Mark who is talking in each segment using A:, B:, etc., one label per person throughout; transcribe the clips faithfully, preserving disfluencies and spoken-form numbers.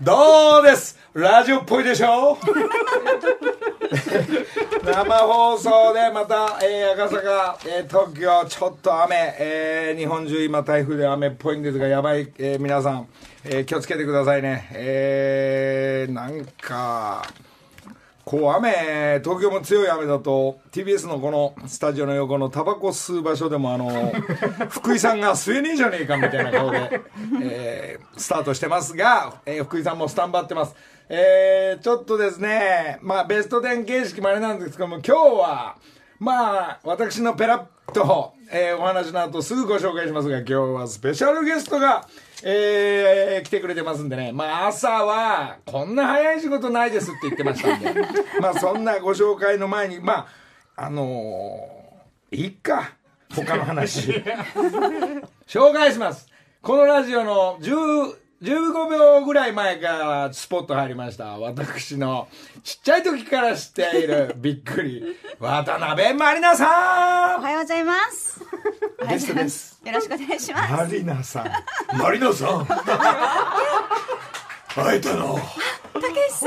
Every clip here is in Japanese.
A: どうですラジオっぽいでしょ生放送でまた、えー、赤坂、えー、東京ちょっと雨、えー、日本中今台風で雨っぽいんですがやばい、えー、皆さん、えー、気をつけてくださいね。えー、なんかこう雨東京も強い雨だと ティービーエス のこのスタジオの横のタバコ吸う場所でもあの福井さんが吸えねえじゃねえかみたいな顔で、えー、スタートしてますが、えー、福井さんもスタンバってます。えー、ちょっとですねまあベストテン形式もあれなんですけども今日はまあ私のペラッと、えー、お話の後すぐご紹介しますが今日はスペシャルゲストがえー、来てくれてますんでね、まあ朝はこんな早い仕事ないですって言ってましたんでまあそんなご紹介の前にまああのー、いいか他の話紹介します。このラジオのじゅう、じゅうごびょうぐらい前からスポット入りました私のちっちゃい時から知っているびっくり渡辺満里奈さん、
B: おはようございます。
A: ゲストです。
B: よろしくお願いします。
A: 満里奈さん満里奈さん会えたの
B: たけしさ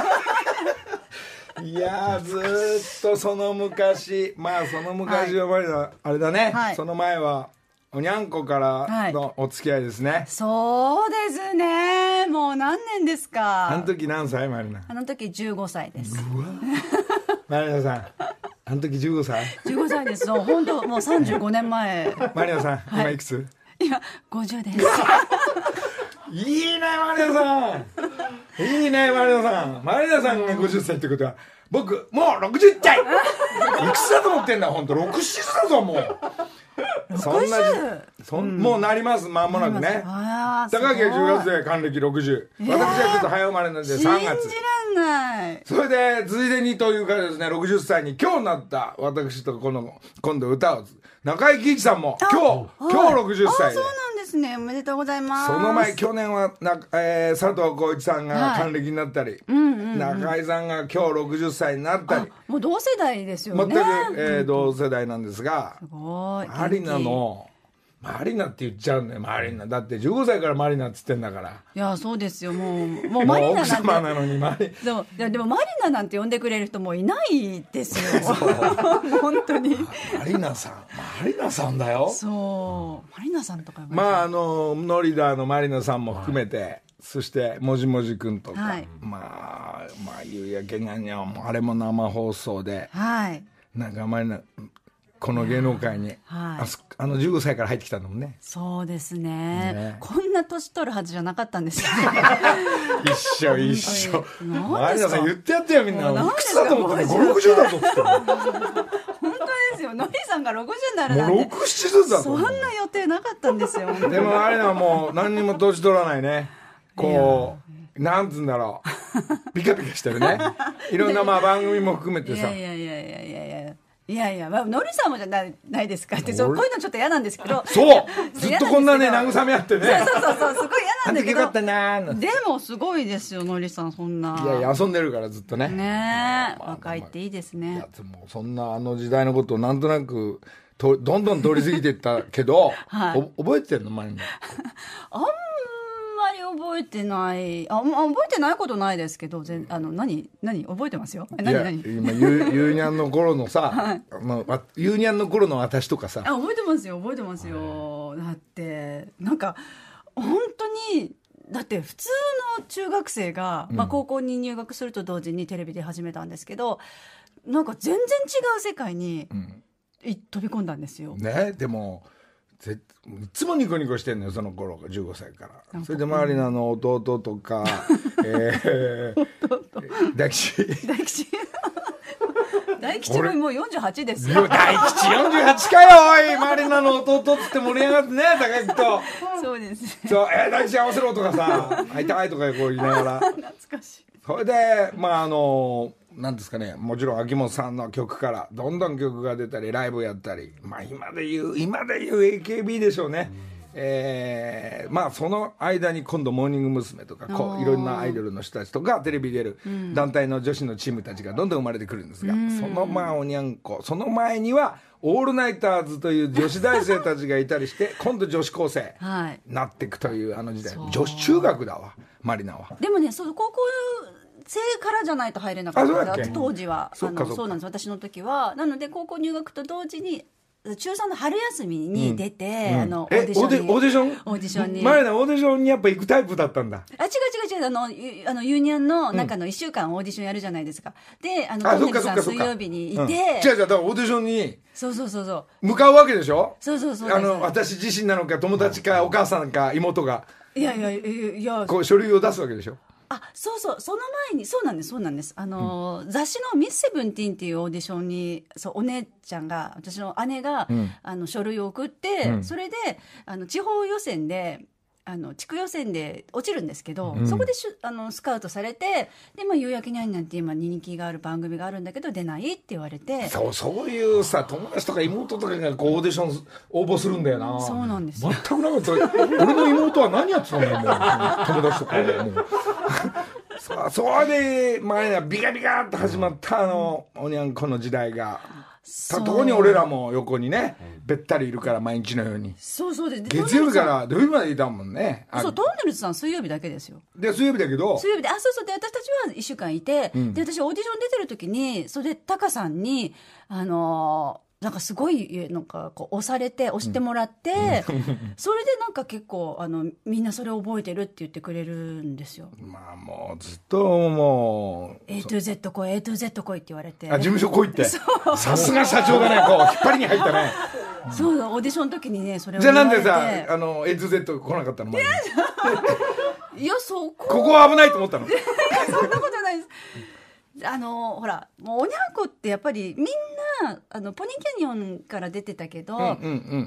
A: んいやずーっとその昔まあその昔はまだあれだね、はい、その前はおにゃんこからのお付き合いですね、はい、
B: そうですねもう何年ですか。
A: あの時何歳満里奈。
B: あの時じゅうごさいです。
A: うわ満里奈さんあの時じゅうごさい
B: じゅうごさいです。そう本当もうさんじゅうごねんまえ。
A: 満里奈さん、はい、今いくつ。
B: 今ごじゅうです
A: いいね満里奈さんいいね満里奈さん満里奈さんがごじゅっさいってことは僕もうろくじゅっさいいくつだと思ってんだ本当ろく、ななだぞもうそんなそん、うん、もうなります間もなくね。高木はじゅうがつで還暦ろくじゅう、えー、私はちょっと早生まれなんでさんがつ。
B: 信じらんない。
A: それでついでにというかですねろくじゅっさいに今日なった私とこの今度歌を中井貴一さんも今日今日ろくじゅっさいで。
B: あ、そうなんですね。おめでとうございます。
A: その前去年はな、えー、佐藤浩市さんが還暦になったり、はいうんうんうん、中井さんが今日ろくじゅっさいになったり
B: もう同世代ですよね。
A: 全く、えー、同世代なんですが
B: すごい
A: マリナのマリナって言っちゃうんだよマリナだってじゅうごさいからマリナって言ってんだから。
B: いやそうですよもうもうマリナなんて
A: 奥様なのにマリ
B: でもいやでもマリナなんて呼んでくれる人もういないですよ本当に
A: マリナさんマリナさんだよ。
B: そうマリナさんとか
A: まああのノリダーのマリナさんも含めて、はい、そしてもじもじくんとか、はい、まあまあ夕焼けにゃんにゃんもあれも生放送で、はい、なんかマリナこの芸能界に、はい、あ, あのじゅうごさいから入ってきたんだもんね。
B: そうです ね, ねこんな年取るはずじゃなかったんですよ
A: 一緒一緒マリナさん言ってやってよみんな。いくつだと思ってごじゅうろくじゅうだとって本
B: 当ですよ。ノリさんがろくじゅうになるなんて
A: もうろく、ななだと
B: そんな予定なかったんですよ
A: でもあれはもう何にも年取らないねこうなんつうんだろうピカピカしてるねいろんなまあ番組も含めてさ
B: いやいやいやいやいやいやいやいや、まあ、ノリさんもじゃない、ないですかってそうこういうのちょっと嫌なんですけど
A: そうずっとこんなね慰め合ってね
B: そうそうそうすごい嫌なんだけど
A: あの時よかったなー
B: でもすごいですよノリさんそんない
A: やいや遊んでるからずっとね
B: ねえ、まあ、若いっていいですね。いや
A: でもそんなあの時代のことをなんとなくとどんどん通り過ぎていったけど、はい、お覚えてんの前に
B: あんまり覚えてないあ覚えてないことないですけどぜあの何何覚えてますよ。何何
A: 今ゆゆうにゃんの頃のさ、はい、まあ、ゆうにゃんの頃の私とかさ
B: あ覚えてますよ覚えてますよ。だってなんか本当にだって普通の中学生が、うんまあ、高校に入学すると同時にテレビで始めたんですけどなんか全然違う世界に、うん飛び込んだんですよ、
A: ね、でもぜいつもニコニコしてんのよその頃じゅうごさいからそれでマリナの弟とか、えー、大吉
B: 大吉大吉ももうよんじゅうはちですよ
A: 大吉よんじゅうはちかよおいマリナの弟っつって盛り上がってね高木と
B: そうです
A: そう、えー、大吉合わせろとかさ会いたいとかこう言いながら
B: 懐かしい。そ
A: れでまああのなんですかねもちろん秋元さんの曲からどんどん曲が出たりライブやったりまあ今で言う今で言う エーケービー でしょうね、 えー、まあその間に今度モーニング娘。とかこういろんなアイドルの人たちとかテレビ出る団体の女子のチームたちがどんどん生まれてくるんですが、うん、そのまあおにゃんこその前にはオールナイターズという女子大生たちがいたりして今度女子高生になっていくというあの時代、はい、女子中学だわマリナは。で
B: もねそう高校生からじゃないと入れなかったんです当時は。あのそうなんです私の時は。なので高校入学と同時に中さんの春休みに出て、うん、あのオーディションに
A: オーディション
B: オーディションに
A: 前のオーディションにやっぱ行くタイプだったんだ。
B: あ違う違う違うあのあのユニアンの中のいっしゅうかんオーディションやるじゃないですか。であのトンネルさん水曜日にいて、うん、違う
A: 違うだからオーディションに
B: そうそうそうそう
A: 向かうわけでしょ。
B: そうそうそう
A: あの私自身なのか友達かお母さんか妹が
B: いやいやいやいや
A: こう書類を出すわけでしょ。
B: あそうそうその前にそうなんですそうなんですあの、うん、雑誌の「ミスセブンティーン」っていうオーディションにそうお姉ちゃんが私の姉が、うん、あの書類を送って、うん、それであの地方予選であの地区予選で落ちるんですけど、うん、そこでしゅあのスカウトされてで、まあ、夕焼けにゃんにゃんって今人気がある番組があるんだけど出ないって言われて
A: そうそういうさ友達とか妹とかがこうオーディション応募するんだよな。
B: そうなんですよ
A: 全くなかった俺の妹は何やってたんだよ友達とかでもうそ, それで前にビカビカっと始まったあのおにゃんこの時代がたとこに俺らも横にねべったりいるから毎日のように
B: そうそうで
A: 月曜日から土曜日までいたもんね。
B: そうトンネルズさん水曜日だけですよ。
A: で水曜日だけど
B: 水曜日であそうそうで私たちはいっしゅうかんいて、うん、で私オーディション出てる時にそれでタカさんにあのーなんかすごいなんかこう押されて押してもらって、うん、それでなんか結構あのみんなそれ覚えてるって言ってくれるんですよ。ま
A: あもうずっともう
B: A to Z 来い A to Z 来いって言われて
A: あ事務所来いってさすが社長がねこう引っ張りに入ったね
B: そうオーディションの時にねそれを
A: じゃあなんでさあの A to Z 来なかったの前
B: にいやそこ
A: ここは危ないと思ったの
B: そんなことないですあのほらもうおにゃんこってやっぱりみんなあのポニーキャニオンから出てたけど、うんうんうん、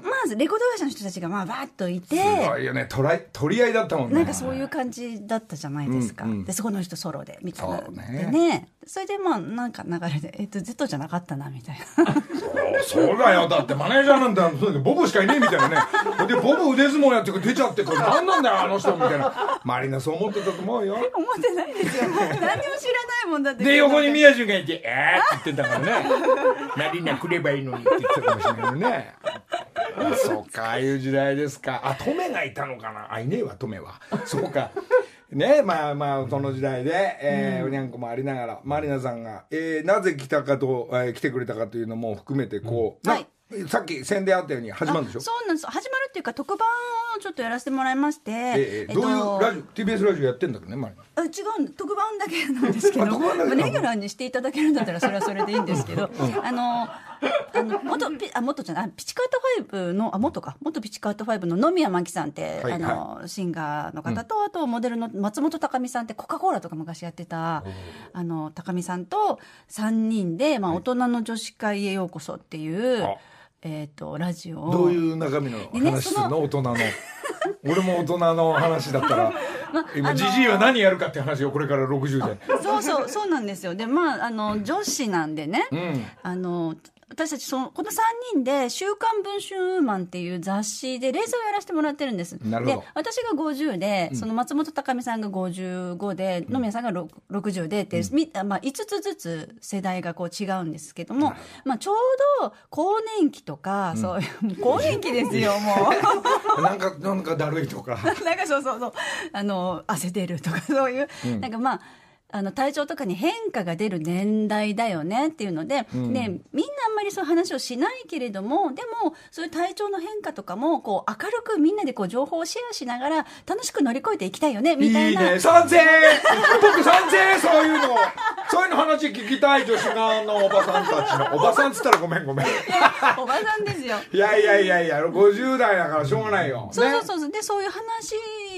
B: まずレコード会社の人たちがまあバーッといて
A: すごいよね取ら取り合いだったもんね。
B: なんかそういう感じだったじゃないですか、うんうん、でそこの人ソロでみたいなそう、ね、でねそれでまあなんか流れでえっと Z じゃなかったなみたいな
A: そうそうだよだってマネージャーなんだボブしかいねえみたいなねでボブ腕相撲やって出ちゃってこれ何なんだよあの人みたいなマリナそう思ってたと思うよ。
B: 思ってないですよ何にも知らないもんだって
A: で横に宮順がいてえーって言ってたからねマリナくればいいのにって言ってたかもしれないねそうかああいう時代ですか。あトメがいたのかなあいねえわトメはそうかねまあまあその時代で、えーうん、おにゃんこもありながらマリナさんが、えー、なぜ来たかと、えー、来てくれたかというのも含めてこう、うん、はいさっき宣伝あったように始まるんでしょ。
B: そうなんです始まるっていうか特番をちょっとやらせてもらいまして、
A: えー、どういうラジオ ティービーエス ラジオやってんだっけねマリナ。
B: 違う特番だけなんですけどレギュラーにしていただけるんだったらそれはそれでいいんですけど、うん、あのあの元ピあ元じゃないピチカートファイブのあ元か元ピチカートファイブの野宮真紀さんって、はい、あの、はい、シンガーの方と、うん、あとモデルの松本孝美さんってコカ・コーラとか昔やってたあの孝美さんとさんにんで、まあ、大人の女子会へようこそっていう、はいえー、とラジオを
A: どういう中身の話するの、ね、大人の俺も大人の話だったら、ま、今ジジイは何やるかって話をこれからろくじゅうで
B: そうそうそうなんですよ。でまああの女子なんでね、うん、あの私たちそのこのさんにんで「週刊文春ウーマン」っていう雑誌で連載をやらせてもらってるんです。
A: なるほど。
B: で私がごじゅうで、うん、その松本孝美さんがごじゅうごで、うん、野宮さんがろくじゅうでって、うんまあ、いつつずつ世代がこう違うんですけども、まあ、ちょうど更年期とか、うん、そういう更年期ですよも
A: うなんかなんかだるいとか
B: なんかそうそうそうあの汗出るとかそういう、うん、なんかまああの体調とかに変化が出る年代だよねっていうので、うん、でみんなあんまりそういう話をしないけれどもでもそういう体調の変化とかもこう明るくみんなでこう情報をシェアしながら楽しく乗り越えていきたいよねみたいな。
A: いいね賛成僕賛成そういうのそういうの話聞きたい女子側のおばさんたちのおばさんっつったらごめんごめん
B: おばさんですよ
A: いやいやいやいやごじゅう代だからしょうがないよ、
B: そうそうそう、ね、でそういう話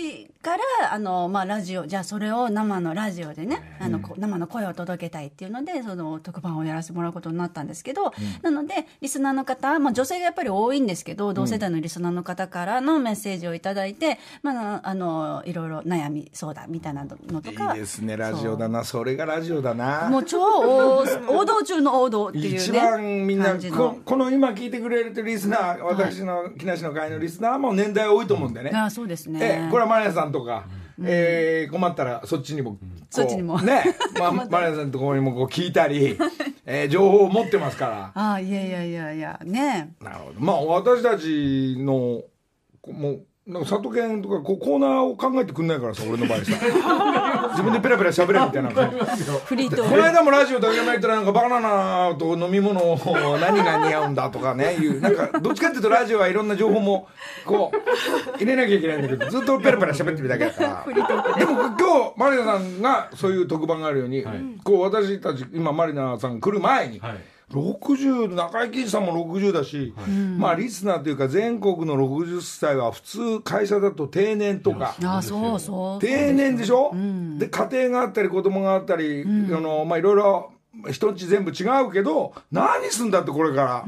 B: からあの、まあ、ラジオじゃあそれを生のラジオでね、あの生の声を届けたいっていうのでその特番をやらせてもらうことになったんですけど、うん、なのでリスナーの方、まあ、女性がやっぱり多いんですけど同世代のリスナーの方からのメッセージをいただいて、まあ、あのいろいろ悩み相談みたいなのとか。
A: いいですね、ラジオだな、 そ, それがラジオだな、
B: もう超王道中の王道っていうね、
A: 一番みんな こ, この今聞いてくれるリスナー、私の木梨の会のリスナーも年代多いと思うんでね、
B: うん、あそうですね、
A: えこれはマリナさんとか、うんえー、困ったらそっちにも
B: そっちにも
A: ね、まあ、マリナさんのところにもこう聞いたり、えー、情報を持ってますから
B: あいやいやいやいやね、
A: なるほど、まあ私たちのもうなんか里犬とかこうコーナーを考えてくんないからさ、俺の場合さ自分でペラペラ喋れみたいな感じ
B: フリートーク、
A: この間もラジオでやめたらなんかバナナと飲み物を何が似合うんだとかねいうなんかどっちかっていうとラジオはいろんな情報もこう入れなきゃいけないんだけどずっとペラペラ喋ってるだけだから
B: フリートーク
A: でも今日マリナさんがそういう特番があるように、はい、こう私たち今マリナさん来る前に、はいろくじゅう中井貴一さんもろくじゅうだし、はいまあ、リスナーというか全国のろくじゅっさいは普通会社だと定年とか
B: あそうそう
A: 定年でしょ、うん、で家庭があったり子供があったり、うんあのまあ、いろいろ人んち全部違うけど何すんだってこれから、うん、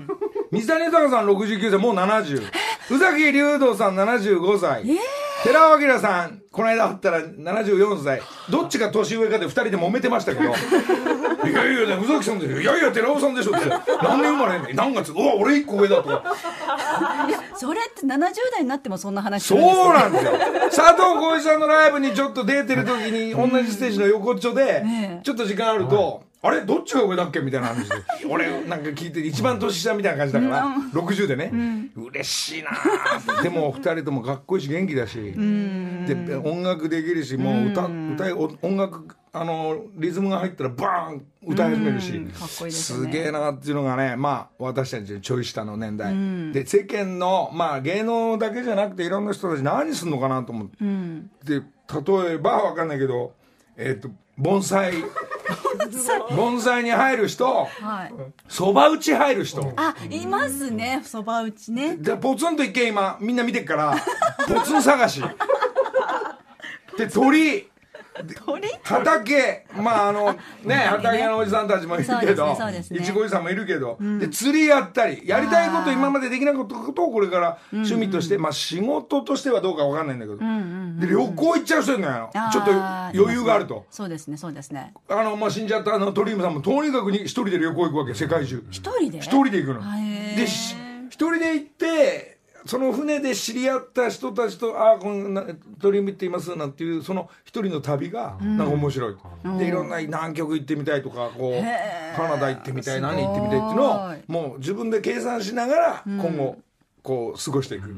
A: 水谷豊さんろくじゅうきゅうさいもうななじゅう宇崎竜童さんななじゅうごさい、えー寺尾明さんこの間会ったらななじゅうよんさいどっちが年上かでふたりで揉めてましたけどいやいや宇崎さんでしょいやいや寺尾さんでしょって何年生まれ何月うわ俺いっこ上だとか
B: いやそれってななじゅう代になってもそんな話するんですか、
A: そうなんですよ佐藤浩市さんのライブにちょっと出てる時に同じステージの横っちょでちょっと時間あると、あれどっちが上だっけみたいな話で俺なんか聞いて一番年下みたいな感じだから、うん、ろくじゅうでね、うん、嬉しいなでもふたりともかっこいいし元気だし、うん、で音楽できるしもう 歌,、うん、歌い音楽あのリズムが入ったらバーン歌い始めるし、うん、かっこいいですね、すげえなっていうのがね、まあ私たちちょい下の年代、うん、で世間のまあ芸能だけじゃなくていろんな人たち何すんのかなと思って、うん、で例えばわかんないけどえっ、ー、と盆栽盆栽に入る人そば、はい、打ち入る人
B: あいますねそば打ちね
A: でポツンと一軒今みんな見てっからポツン探しで鳥
B: 鳥
A: 畑まああのね畑のおじさんたちもいるけどいちごおじさんもいるけど、うん、で釣りやったりやりたいこと今までできなかったことをこれから趣味として、うんうん、まあ仕事としてはどうか分かんないんだけど、うんうんうん、で旅行行っちゃう人いるのよちょっと余裕があると
B: そうですねそうですね
A: あの、まあ、死んじゃったあの鳥海さんもとにかくに一人で旅行行くわけ世界中
B: 一人で
A: 一人で行くので一人で行ってその船で知り合った人たちとああこんな鳥海って言いますなんていうその一人の旅がなんか面白い、うん、でいろんな南極行ってみたいとかこうカナダ行ってみたい何行ってみたいっていうのをもう自分で計算しながら今後こう過ごしていく、うん、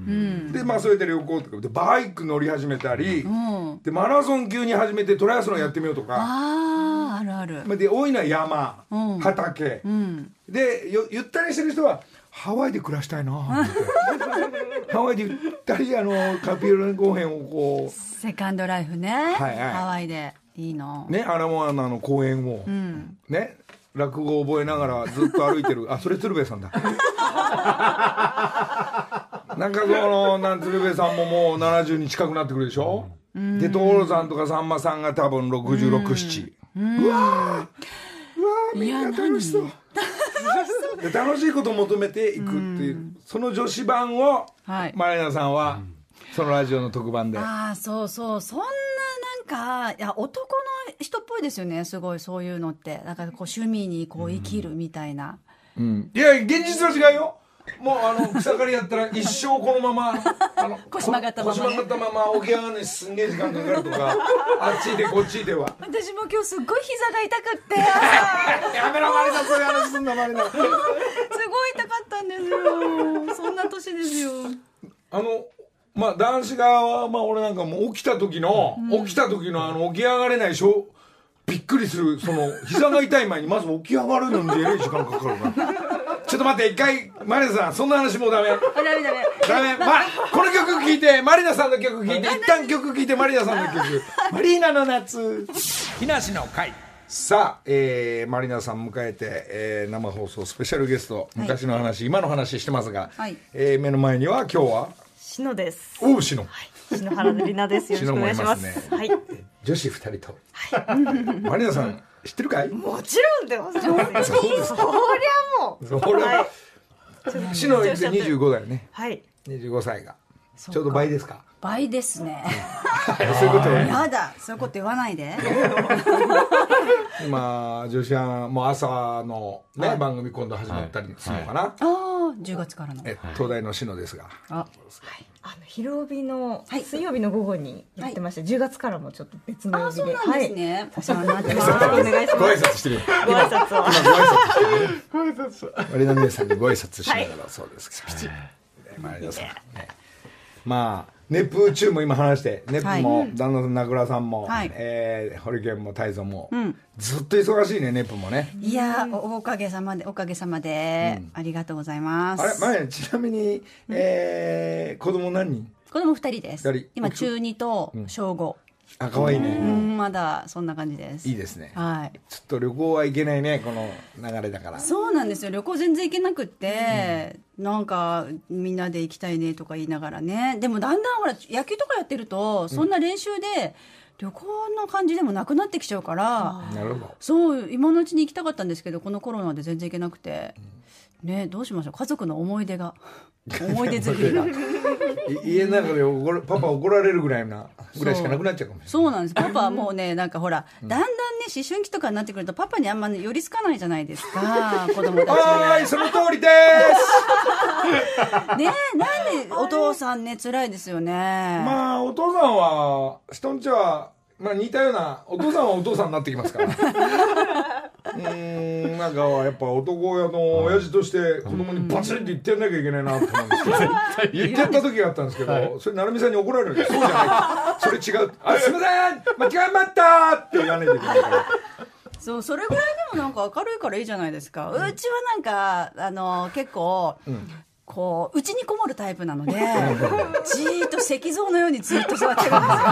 A: でまあそれで旅行とかでバイク乗り始めたり、うん、でマラソン級に始めてトライアスロンやってみようとか
B: ああるある
A: で多いのは山、うん、畑、うん、でよゆったりしてる人はハワイで暮らしたいなハワイでゆったりあのカピオラ公園をこう
B: セカンドライフね、はいはい、ハワイでいいの
A: ねアラモアナの公園を、うん、ね落語を覚えながらずっと歩いてるあそれ鶴瓶さんだなんかそのなん鶴瓶さんももうななじゅうに近くなってくるでしょ、うん、で所さんとかさんまさんが多分ろくじゅうろく、なな、うん、うわーうわーみんな楽しそうで楽しいことを求めていくっていう、うその女子版を、はい、マリナさんは、うん、そのラジオの特番で
B: ああそうそうそんななんかいや男の人っぽいですよねすごいそういうのってなんかこう趣味にこう生きるみたいな、
A: うんうん、いや現実は違うよもうあの草刈りやったら一生このままあの
B: 腰曲がったまま、ね、
A: 腰曲がったまま起き上がるのにすんげえ時間かかるとかあっちでこっちでは
B: 私も今日すっごい膝が痛くって
A: やめろマリナそういう話すんだマリナすごい
B: 痛かったんですよそんな年ですよ
A: あのまあ男子側はまあ俺なんかもう起きた時の、うん、起きた時のあの起き上がれないしょびっくりするその膝が痛い前にまず起き上がるのにえらい時間かかるからちょっと待って一回マリナさんそんな話もうダメダ
B: メダメ
A: ダメ、ま、この曲聴いてマリナさんの曲聴いて一旦曲聴いてマリナさんの曲マリーナの夏木梨の会さあ、えー、マリナさん迎えて、えー、生放送スペシャルゲスト昔の話、はい、今の話してますが、はいえー、目の前には今日は
C: 篠です。
A: おう、篠。はい、
C: 篠原里奈です。よろしくお願いします。ますね、はい。
A: 女子二人と。はい。マリナさん知ってるかい？
C: もちろんでございます。そりゃもう。
A: そりゃ。はい、篠でにじゅうごだよね。
C: はい。
A: にじゅうごさいが。ちょうど倍ですか？
B: 倍ですね。
A: そういうことね。
B: やだ、そういうこと言わないで。
A: 今女子はもう朝のね、はい、番組今度始まったりするのかな。はいはい、
B: ああ、じゅうがつからの。
A: え、東大の篠ですが。あ、はい、
C: あの昼帯の水曜日の午後にやってまして、はい、じゅうがつからもちょっと別の曜日で。
B: あ、そうなんですね。お世話になってます。
C: お願いします。
A: ご挨拶してる。
C: ご挨拶を。
A: 今ご挨拶してる。ご挨拶。我々の皆さんにご挨拶しながら、そうですか。ピチ。まあ皆さんね。まあ。熱風中も今話して熱風も旦那さん名倉さんも、はい、えー、堀健も泰造も、うん、ずっと忙しいね。熱風もね。
B: いやー、おかげさまでおかげさまで、うん、ありがとうございます。
A: あれ前ちなみに、えー、子供何人？
B: 子供ふたりです。今中にと小ご、
A: うん、あ、可愛いね。
B: うん、まだそんな感じです。
A: いいですね。
B: はい。
A: ちょっと旅行は行けないね、この流れだから。
B: そうなんですよ。旅行全然行けなくって、うん、なんかみんなで行きたいねとか言いながらね。でもだんだんほら野球とかやってるとそんな練習で旅行の感じでもなくなってきちゃうから。
A: なるほど。
B: そう今のうちに行きたかったんですけど、このコロナで全然行けなくて。うん、ね、どうしましょう。家族の思い出が思い出作りが
A: 家の中で怒るパパ怒られるぐらいなぐらいしかなくなっちゃうかもしれない。
B: そうなんです。パパはもうね、なんかほら、うん、だんだんね思春期とかになってくるとパパにあんま、ね、寄りつかないじゃないですか子供たち
A: はーい、その通りです
B: ねえ、なんでお父さんね辛いですよね。
A: まあお父さんは人んちは、まあ、似たようなお父さんはお父さんになってきますからうーん、なんかやっぱ男親の親父として子供にバチリって言ってやんなきゃいけないなと思うんですけど言ってやった時があったんですけど、はい、それ成美さんに怒られるんです。そうじゃないそれ違う、あ、すいません間違えまったって言わないといけないから
B: そう、それぐらいでもなんか明るいからいいじゃないですか。うちはなんかあの結構、うん、こううちにこもるタイプなのでじーっと石像のようにずっと座ってるん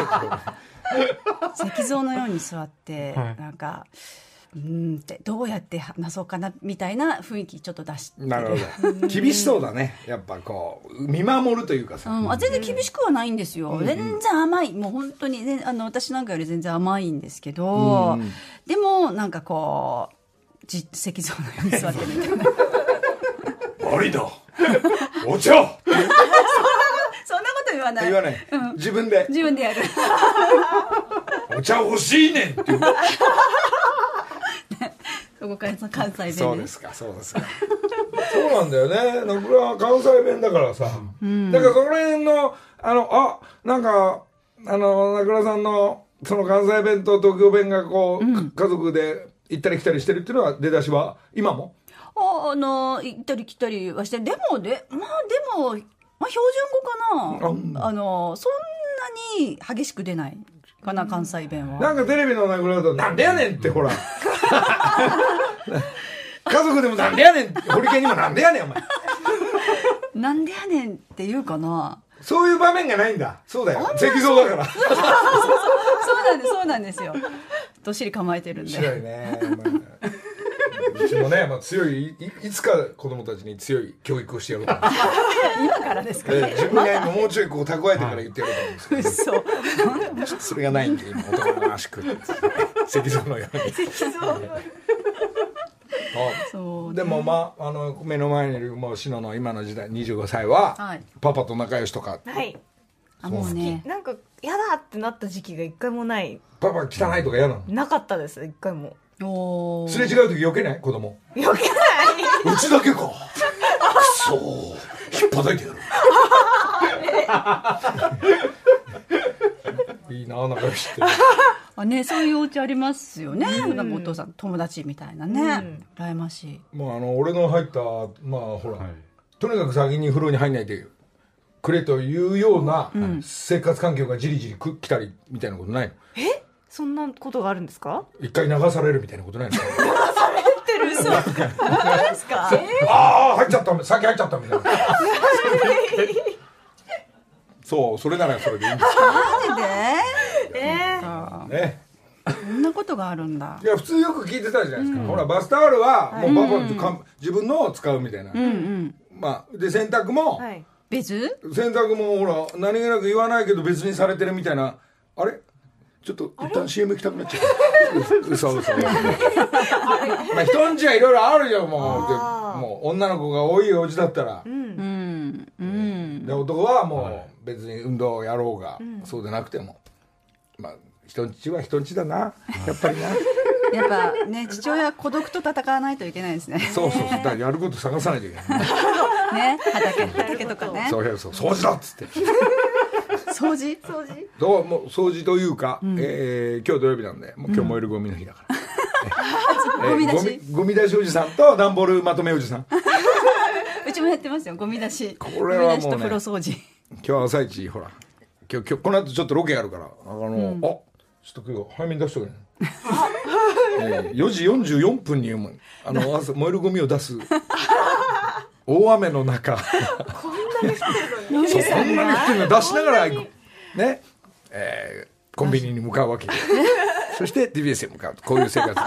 B: ですよ石像のように座って、はい、なんかうんってどうやって話そうかなみたいな雰囲気ちょっと出してる。
A: なるほど厳しそうだね。やっぱこう見守るというかさ、
B: うん、あ全然厳しくはないんですよ、うん、全然甘い、もう本当に、ね、あの私なんかより全然甘いんですけど、うん、でもなんかこうじ石像のように座ってるみたいな
A: ありだお茶
B: そんなこと言わない
A: 言わない、うん、自分で
B: 自分でやる
A: お茶欲しいねんっていう
B: そこから関西弁で、ね、
A: そうですかそうですかそうなんだよね。名倉は関西弁だからさ、うん、だからその辺のあのあなんかあの名倉さんのその関西弁と東京弁がこう、うん、家族で行ったり来たりしてるっていうのは出だしは今も
B: あ, あの行ったり来たりはしてでもでまあでも、まあ、標準語かな、あのそんなに激しく出ないかな関西弁は。
A: なんかテレビの名倉だとなんでやねんってほら家族でもなんでやねんってホリケンにもなんでやねんお前
B: なんでやねんって言うかな。
A: そういう場面がないんだ。そうだよ石像だから
B: そうそうそうなんですそうなんですよ。どっしり構えてるんで
A: 面白いね、まあうちもね、まあ、強い い, いつか子供たちに強い教育をしてやろうと思って
B: 今からですか、ね、
A: 自分がもうちょいこう蓄えてから言ってやろうと思うんですけど、ね、ちょっとそれがないんで今男の足く石像のように石像そうでもまあ、あの目の前にいるもう篠の今の時代にじゅうごさいは、はい、パパと仲良しとか、
C: はい、
B: あもうね
C: なんか嫌だってなった時期が一回もない。
A: パパ汚いとか嫌なの？
C: なかったです一回も。
B: お
A: すれ違う時避けない子供？
C: 避けないう
A: ちだけかくそ引っ叩いてやるいいな仲良しって
B: あ、ね、そういうお家ありますよね、うん、なんかお父さん友達みたいなね、うん、羨ましい。
A: もうあの俺の入ったまあほら、はい、とにかく先に風呂に入んないでくれというような生活環境がじりじり来たりみたいなことないの？
C: えそんなことがあるんですか？
A: 一回流されるみたいなことないの？流
C: されてる嘘本当ですか？
A: えー、ああ入っちゃった先入っちゃったみたいなそうそれならそれでいいんですよ。
B: マジで？
C: えー、
A: ね
B: そんなことがあるんだ。
A: いや普通よく聞いてたじゃないですか、うん、ほらバスタオルはもうパパ、うんうん、自分のを使うみたいな、うんうん、まあで洗濯も、はい
B: 別
A: 洗濯もほら何気なく言わないけど別にされてるみたいな。あれちょっと一旦 シーエム 行きたくなっちゃう。うそうそ。まあ人んちはいろいろあるよもう。もう女の子が多いお家だったら。
B: うんうん
A: で男はもう別に運動やろうが、そうでなくても、まあ人んちは人んちだなやっぱりな。
B: やっぱね父親は孤独と戦わないといけないですね。
A: そうそうそう。だからやること探さないといけない。
B: ね畑畑とかね。
A: そうそう掃除だっつって。
B: 掃除
C: 掃除
A: どうもう掃除というか、うん、えー、今日土曜日なんでもう今日燃えるゴミの日だから、
B: うん、ゴミ出し、
A: えー、ゴミ、ゴミ出しおじさんと段ボールまとめおじさん
B: うちもやってますよゴミ出し。
A: これはもう、ね、
B: ゴミ出しと風呂掃除。
A: 今日朝一ほら今日今日この後ちょっとロケあるからあの、うん、あちょっと今日早めに出しとくねえー、よじよんじゅうよんぷんに読むあの朝燃えるゴミを出す大雨の中
C: こんなに降ってるのに
A: そうこんなに降ってるの出しながら行くね、えー、コンビニに向かうわけそして ティービーエス へ向かうこういう生活です。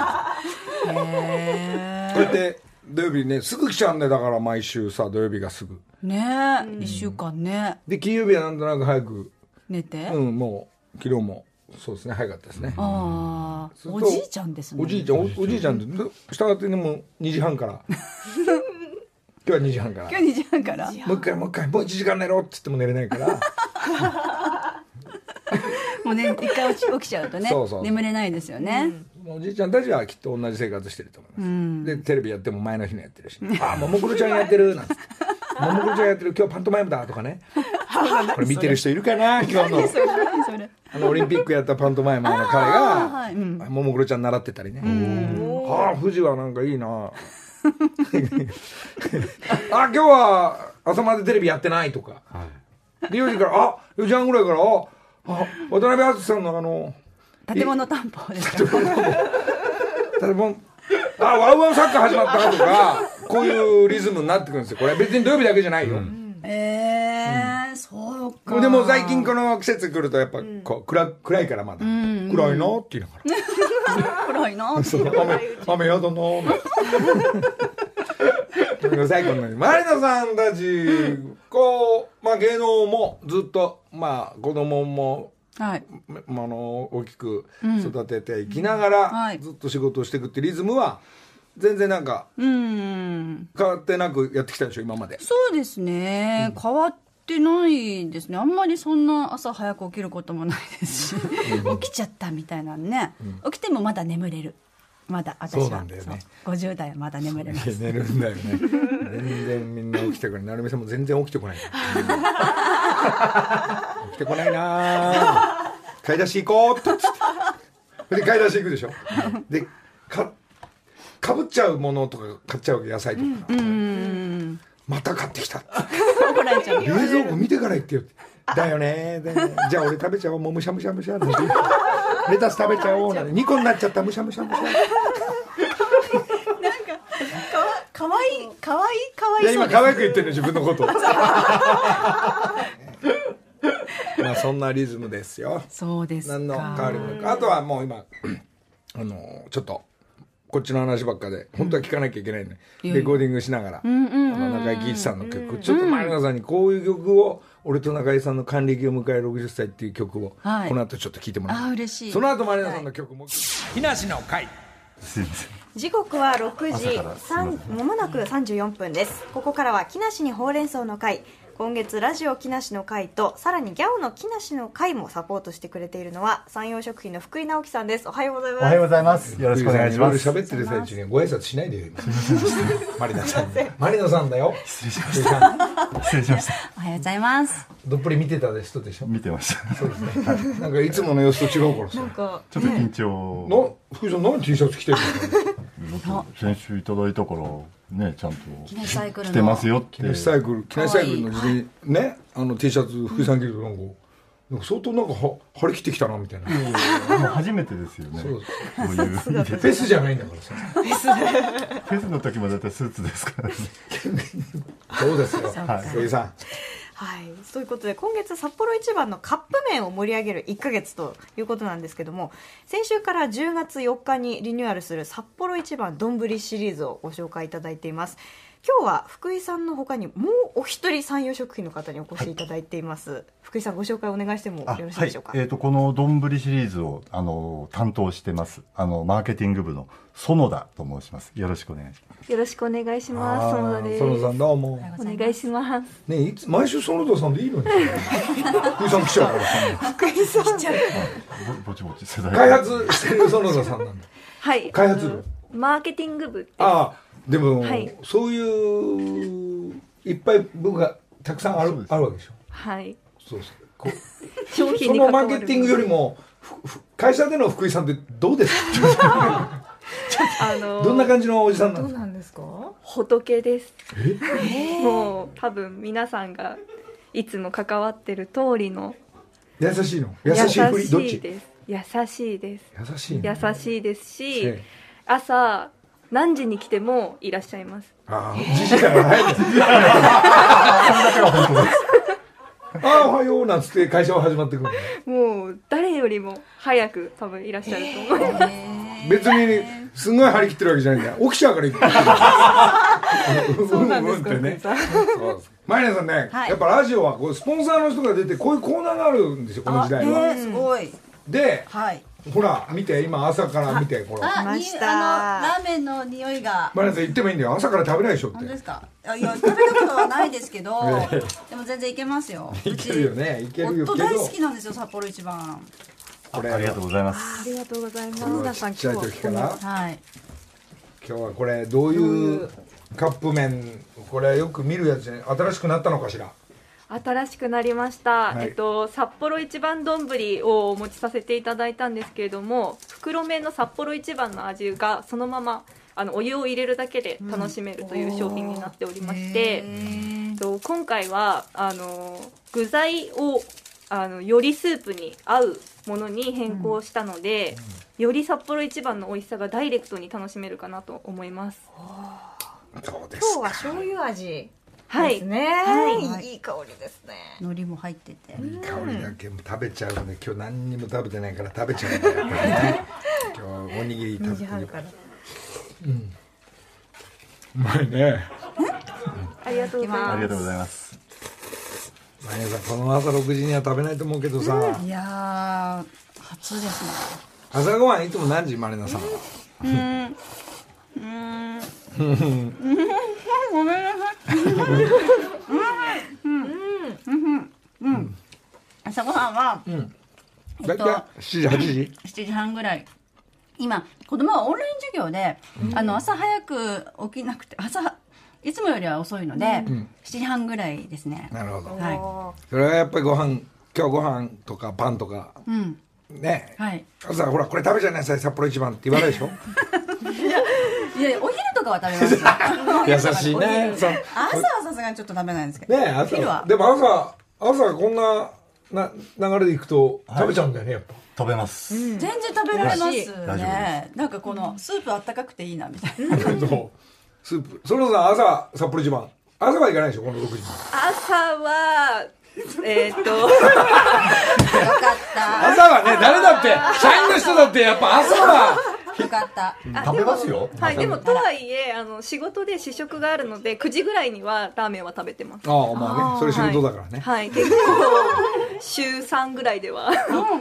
A: へーこうやって土曜日ねすぐ来ちゃうんだよだから毎週さ土曜日がすぐ
B: ねえ、うん、いっしゅうかんね
A: で金曜日はなんとなく早く
B: 寝て
A: うんもう昨日もそうですね早かったですね。
B: ああおじいちゃんですね。
A: おじいちゃん お, おじいちゃんってしたがってねもうにじはんから今日はにじはんから
B: 今日にじはんから
A: もう一回もう一回もういちじかん寝ろって言っても寝れないから
B: もうね一回起き起きちゃうとねそうそう眠れないですよね、
A: うん、おじいちゃんたちはきっと同じ生活してると思います、うん、でテレビやっても前の日のやってるしああももクロちゃんやってるなんてももクロちゃんやってる今日パントマイムだとかねこれ見てる人いるかな今日のあのオリンピックやったパントマイマーの彼が、はいうん、ももクロちゃん習ってたりねああ富士はなんかいいなあ今日は朝までテレビやってないとか、はい、でよじからあよじはんぐらいからああ渡辺篤さんのあの
B: 建物担保ですか
A: 建物あワウワウサッカー始まったとかこういうリズムになってくるんですよ。これ別に土曜日だけじゃないよ、うん、
B: えーうん、そうか
A: でも最近この季節来るとやっぱこう 暗, 暗いからまだ、うん、暗いなって言いなが
B: ら暗いな雨,
A: 雨やだな最後のマリナさんたちこう、まあ、芸能もずっと、まあ、子供も、はいあの大きく育てていきながら、うんはい、ずっと仕事をしていくってリズムは全然なんかうん変わってなくやってきたでしょ今まで。
B: そうですね、うん、変わってないですね。あんまりそんな朝早く起きることもないですし起きちゃったみたいなね、うん、起きてもまだ眠れる。まだ私は
A: そうなんだよね。
B: ごじゅう代はまだ眠れます。
A: 寝るんだよね全然みんな起きてこない。成美さんも全然起きてこない起きてこないな買い出し行こうって言ってで買い出し行くでしょで か, かぶっちゃうものとか買っちゃうわけ野菜とか、うんうん、また買ってきた
B: 怒られちゃう
A: 冷蔵庫見てから言ってよだよねだよねじゃあ俺食べちゃおうもうむしゃむしゃむしゃレタス食べちゃおうなんてにこになっちゃったむしゃむしゃむしゃなんか
B: かわいいかわいいかわいい。
A: いや今可愛く言ってるの自分のことまあそんなリズムですよ。
B: そうですか。
A: 何の変わりもなくあとはもう今あのちょっとこっちの話ばっかで本当は聞かなきゃいけないので、うん、レコーディングしながら、うん、あの中井貴一さんの曲、うん、ちょっと前野さんにこういう曲を俺と中井さんの還暦を迎えるろくじゅっさいっていう曲を、はい、この後ちょっと聴いてもらう。
B: あ嬉しい。
A: その後前野さんの曲も木梨の会。
C: 時刻はろくじまもなくさんじゅうよんぷんです。ここからは木梨にほうれん草の会。今月ラジオ木梨の会とさらにギャオの木梨の会もサポートしてくれているのは山陽食品の福井直樹さんです。おはようございます。
D: おはようございます。よろしくお願いします。
A: 喋ってる最中にご挨拶しないでよ今マリナさんマリナさんだよ。
D: 失礼しました失礼しました。
B: おはようございます。
A: どっぷり見てた人でしょ。
D: 見てました
A: そうですね、はい、なんかいつもの様子と違うからさ
C: なんか
D: ちょっと緊張、
A: ね、福井さん何 T シャツ着てる
D: の先週いただいたからねちゃんと着てますよって
A: 木梨サイクル木梨サイクルの時にねあの T シャツ福井さん着るとなんかなんか相当なんかは張り切ってきたなみたいな。
D: もう初めてですよね。そう
A: こういうフェスじゃないんだからさ。
D: フェスフェスの時もだいたいスーツですからね。
A: そうですよ。はい。福井さん。
C: はい、ということで今月札幌一番のカップ麺を盛り上げるいっかげつということなんですけども、先週からじゅうがつよっかにリニューアルする札幌一番丼シリーズをご紹介いただいています。 今日は福井さんの他にもうお一人山陽食品の方にお越しいただいています、はい、福井さんご紹介お願いしてもよろしいでしょうか。
D: はい、えー、とこの丼シリーズをあの担当してますあのマーケティング部の園田と申します。よろしくお願いします。
E: よろしくお願いします。園田です。
A: 園田さんどうも
E: お願いします。
A: ね、いつ毎週園田さんでいいのに福井さん来ちゃうから
C: 福井さん来ちゃう
D: ぼちぼち世代
A: 開発してる園田さんなんだ。
E: はい
A: 開発部
E: マーケティング部です。
A: ああでも、
E: はい、
A: そういういっぱい部がたくさんあるあるわけでしょ。
E: はい
A: そうそうこう
E: 商品に
A: そのマーケティングよりも会社での福井さんってどうですかあのー、どんな感じのおじさんなんですか。
C: どうなんですか。
E: 仏です。
A: え
E: もう多分皆さんがいつも関わってる通りの
A: 優しいの優しいふりどっち
E: です優しいです
A: 優しい、
E: ね、優しいですし、朝何時に来てもいらっしゃいます。
A: ああじじいから早いですああおはようなんつって会社は始まってくる
E: もう誰よりも早く多分いらっしゃると思います、
A: えー、別にすごい張り切ってるわけじゃないんだよ。起きちゃうから行って
E: そうなんですか
A: ね。マイナさんね、はい、やっぱラジオはこうスポンサーの人が出てこういうコーナーがあるんですよこの時代は。
B: えー、すごい
A: で、
B: はい、
A: ほら見て今朝から見てこれ
B: あ
C: ました
B: あのラーメンの匂いが
A: マイナさん言ってもいいんだよ朝から食べないでしょって
B: 本当ですか。いや食べたことはないですけどでも全然いけますよ。
A: いけるよねいけるよけど
B: 夫大好きなんですよ札幌一番。
D: これありがとうございます。
E: ありがとうございます。
A: 皆さんちっちゃい時から
B: はい
A: 今日はこれどういうカップ麺これよく見るやつね新しくなったのかしら。
E: 新しくなりました、
A: はい、
E: えっと、札幌一番丼をお持ちさせていただいたんですけれども袋麺の札幌一番の味がそのままあのお湯を入れるだけで楽しめるという商品になっておりまして、うん、と今回はあの具材をあのよりスープに合うものに変更したので、うん、より札幌一番の美味しさがダイレクトに楽しめるかなと思います。
A: そうですか。
C: 今日は醤油味
E: はい
C: ですね、はい、いい香りですね。
B: 海苔も入ってて
A: いい香りだけも食べちゃうね。今日何にも食べてないから食べちゃうんだよね今日おにぎり食べてるからうんうまいね
E: ありがとうございます。
D: ありがとうございます。
A: マネさんこの朝ろくじには食べないと思うけどさ、うん、
B: いや初ですね。
A: 朝ごはんいつも何時マネナさんは。
B: うんうんうんごめんなさいうんうんうん朝ごはんは
A: だいたいしちじはちじ
B: しちじはんぐらい。今子供はオンライン授業で、うん、あの朝早く起きなくて朝いつもよりは遅いので、うん、しちじはんぐらいですね。
A: なるほど、
B: はい、
A: それはやっぱりご飯今日ご飯とかパンとか、うん、ね、はい、朝ほらこれ食べちゃいなさい札幌一番って言わないでしょ
B: いやいやお昼とかは食べますよ
A: 優しいね。
B: 朝はさすがにちょっと食べないんですけど
A: ね。朝昼はでも朝朝こんなな流れでいくと食べちゃうんだよね、はい、やっぱ
D: 食べます、
B: うん、全然食べられますね。なんかこのスープあったかくていいなみたいな
A: スープ。そのさん朝札幌一番朝は行かないでしょこのろくじに。
E: 朝はえー、っとよか
B: った
A: 朝はね誰だって社員の人だってやっぱ朝は
B: よかった。
D: 食べますよ。
E: はい、でもとはいえあの仕事で試食があるのでくじぐらいにはラーメンは食べてます。
A: ああまあねそれ仕事だからね。
E: はい、はい、結構週さんぐらいでは、うん、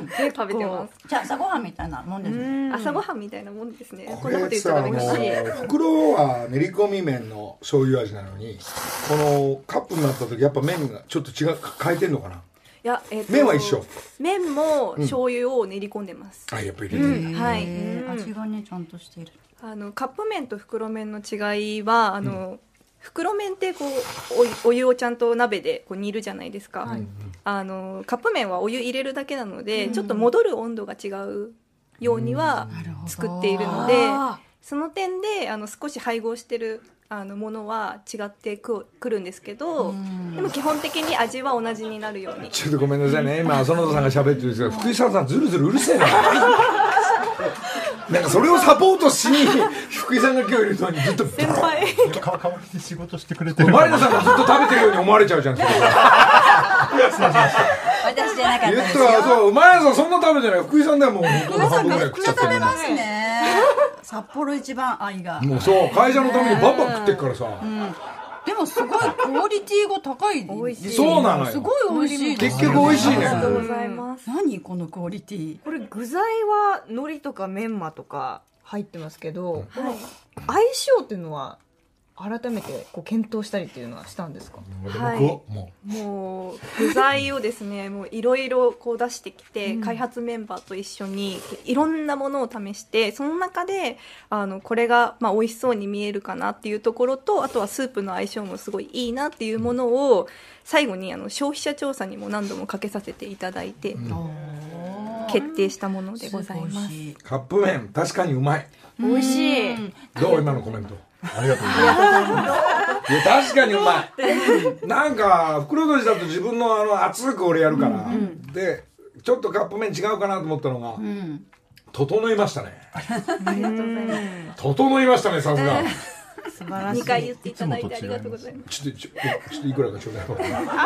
E: 食べてます。
B: じゃあ朝ごはんみたいなもんですね。
E: 朝ごはんみたいなもんですね。
A: これさあの袋は練り込み麺の醤油味なのにこのカップになった時やっぱ麺がちょっと違う変えてんのかな。
E: いや、えー、
A: 麺は一緒。
E: 麺も醤油を練り込んでます、
A: うん、あやっぱり入れてる、
E: うん、はい、
B: 味がねちゃんとしている。
E: あのカップ麺と袋麺の違いはあの、うん、袋麺ってこう お, お湯をちゃんと鍋でこう煮るじゃないですか、はい、あのカップ麺はお湯入れるだけなので、うん、ちょっと戻る温度が違うようには作っているので、うん、その点であの少し配合してるあのものは違ってくるんですけど、でも基本的に味は同じになるように。
A: ちょっとごめんなさいね今園田さんが喋ってるんですが福井さんさんずるずるうるせえななんかそれをサポートしに福井さんが今日いるのにずっと
E: 先輩
D: 代わりに仕事してくれてる
A: マリナさんがずっと食べてるように思われちゃうじゃん。それ
B: 私じゃなかったですよ。
A: 言ったらそうマリナさんそんな食べてない。福井さんではもう
B: 福井さんめっちゃ食べますね。札幌一番愛が
A: もうそう会社のためにバンバン食ってっからさ、
B: うん、 でもすごいクオリティが高いですよ。
A: そうなのよ。
B: すごい美味しい。
A: 結局美味しいね。
E: ありがとうございます。
B: 何このクオリティ。
C: これ具材は海苔とかメンマとか入ってますけど、この相性っていうのは改めてこう検討したりっていうのはしたんですか？
E: はい、
A: もう
E: もう具材をですねもういろいろこう出してきて、うん、開発メンバーと一緒にいろんなものを試して、その中であのこれがまあ美味しそうに見えるかなっていうところと、あとはスープの相性もすごいいいなっていうものを最後にあの消費者調査にも何度もかけさせていただいて、うん、決定したものでございます。
A: カップ麺確かにうまい。
C: 美味しい。
A: どう今のコメント。
D: ありがとうございます。
A: いや確かにうまい。なんか袋閉じだと自分のあの熱く俺やるから、うんうん、でちょっとカップ麺違うかなと思ったのが、うん、整いましたね。
C: ありがとうございます。
A: 整いましたね、さすが。
C: 素晴らしい。
E: にかい言っていただいてありがとうございます。
A: ちょっとちょちょっといくらかちょうだい。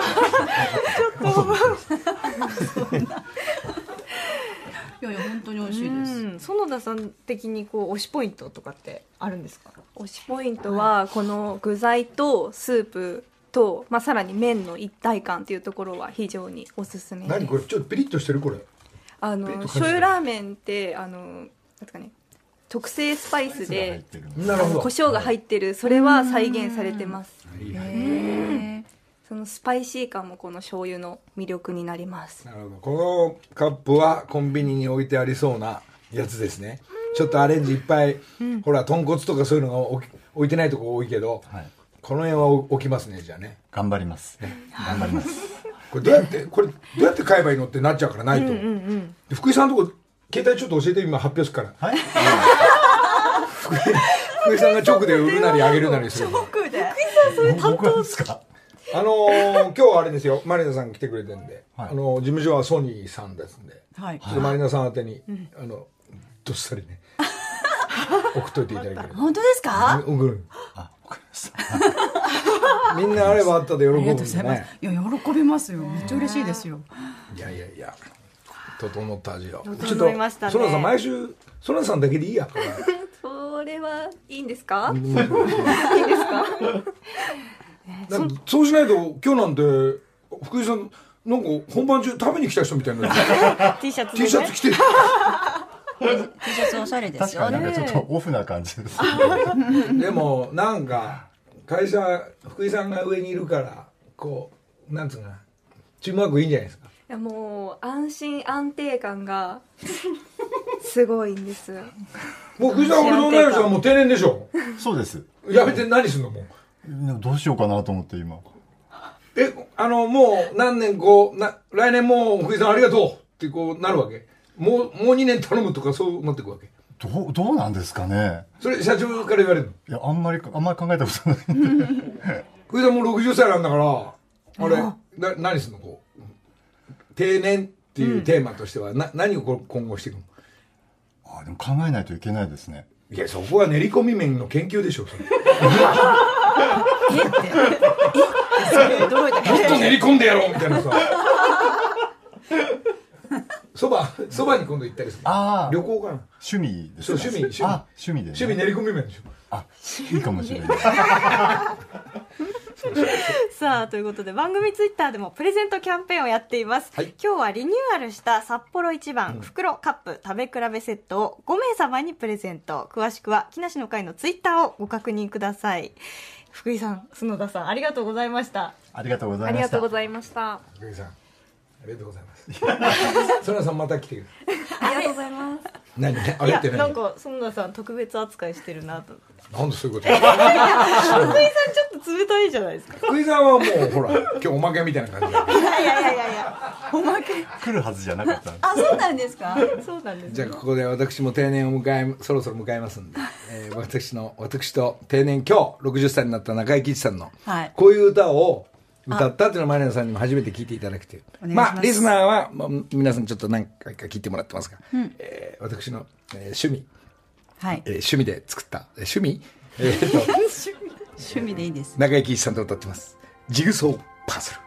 C: ちょっと。
B: いやいや本当に美味しいです。
C: 園田さん的にこう推しポイントとかってあるんですか？
E: 推しポイントはこの具材とスープと、まあ、さらに麺の一体感というところは非常におすすめです。
A: 何これちょっとピリッとしてるこれ。
E: あの醤油ラーメンってあのなんですかね、特製スパイスで
A: なるほど
E: 胡椒が入ってる、それは再現されてます。へー。そのスパイシー感もこの醤油の魅力になります。
A: なるほど。このカップはコンビニに置いてありそうなやつですね。ちょっとアレンジいっぱい、うん、ほら豚骨とかそういうのが置いてないとこ多いけど、はい、この辺は置きますね。じゃあね
D: 頑張ります、ね、頑張ります
A: これどうやってこれどうやって買えばいいのってなっちゃうからないと、うんうんうん、福井さんのとこ携帯ちょっと教えて、今発表するから、はい、福井、福井さんが直で売るなりあげるなりする
C: 直で福井さんそれ担当ですか？
A: あのー、今日はあれですよ、マリナさん来てくれてるんで、はい、あのー、事務所はソニーさんですんで、はい、ちょっとマリナさん宛てに、うん、あのどっさりね送っといていただければ。
B: 本当ですか？
A: 送る。あ、わかりました。みんなあればあったで喜ぶんでね。
B: いや喜びますよ。めっちゃ嬉しいですよ。
A: いやいやいや、整った味を。
C: 整いましたね。
A: ちょっと園田さん毎週園田さんだけでいいや。
E: それはいいんですか？いいん
A: ですか？そうしないと今日なんて福井さんなんか本番中食べに来た人みたいな
C: T シャツ、
A: ね、T シャツ着てる。
B: T シャツおしゃれですよね。
D: 確かになんかちょっとオフな感じです。
A: でもなんか会社福井さんが上にいるからこうなんつうかチームワークいいんじゃないですか？
E: いやもう安心安定感がすごいんです。
A: もう福井さん俺の同い年はもう定年でしょ？
D: そうです。
A: やめて何すんのもう。
D: どうしようかなと思って今。
A: え、あのもう何年こうな来年もう福井さんありがとうってこうなるわけ？もうもうにねん頼むとかそうなっていくわけ？
D: どうどうなんですかね。
A: それ社長から言われるの？
D: いやあんまりあんまり考えたことないんで。
A: 福井さんもうろくじゅっさいなんだからあれな何すんのこう定年っていうテーマとしては、うん、な何をこ今後していくの？
D: あでも考えないといけないですね。
A: いやそこは練り込み面の研究でしょそれ。
B: えってえそれ驚いた。
A: もっと練り込んでやろうみたいなさ。そばそばに今度行ったりする。ああ旅行かな。
D: 趣味ですか？
A: そう趣味趣味
D: あ趣味で、ね、
A: 趣味練り込み面でしょ。
D: あいいかもしれない。
C: さあということで番組ツイッターでもプレゼントキャンペーンをやっています、はい、今日はリニューアルした札幌一番、うん、袋カップ食べ比べセットをごめい様にプレゼント。詳しくは木梨の会のツイッターをご確認ください。福井さん園田さんありがとうございました。
D: ありがとうございました。
E: ありがとうございました。
A: 福井さんありがとうございます園田さんまた来てくる。
E: ありがとうございます。
A: 何あれって何？
C: なんか園田さん特別扱いしてるなと。
A: なんでそういうこと？
C: 福井さんちょっと冷たいじゃないですか。
A: 福井さんはもうほら今日おまけみたいな感じだ。
C: いやいやいやいやいやおまけ
D: 来るはずじゃなかった。
B: あそうなんですか？
C: そうなんです、ね。
A: じゃあここで私も定年を迎えそろそろ迎えますんで、えー、私の私と定年今日ろくじゅっさいになった中井貴一さんの、はい、こういう歌を歌ったっていうのをマリナさんにも初めて聞いていただきて、まあリスナーは、まあ、皆さんちょっと何回か聞いてもらってますが、うんえー、私の、えー、趣味、はいえー、趣味で作った趣味、えー、と
B: 趣味でいいです。
A: 中井貴一さんと歌ってますジグソーパズル。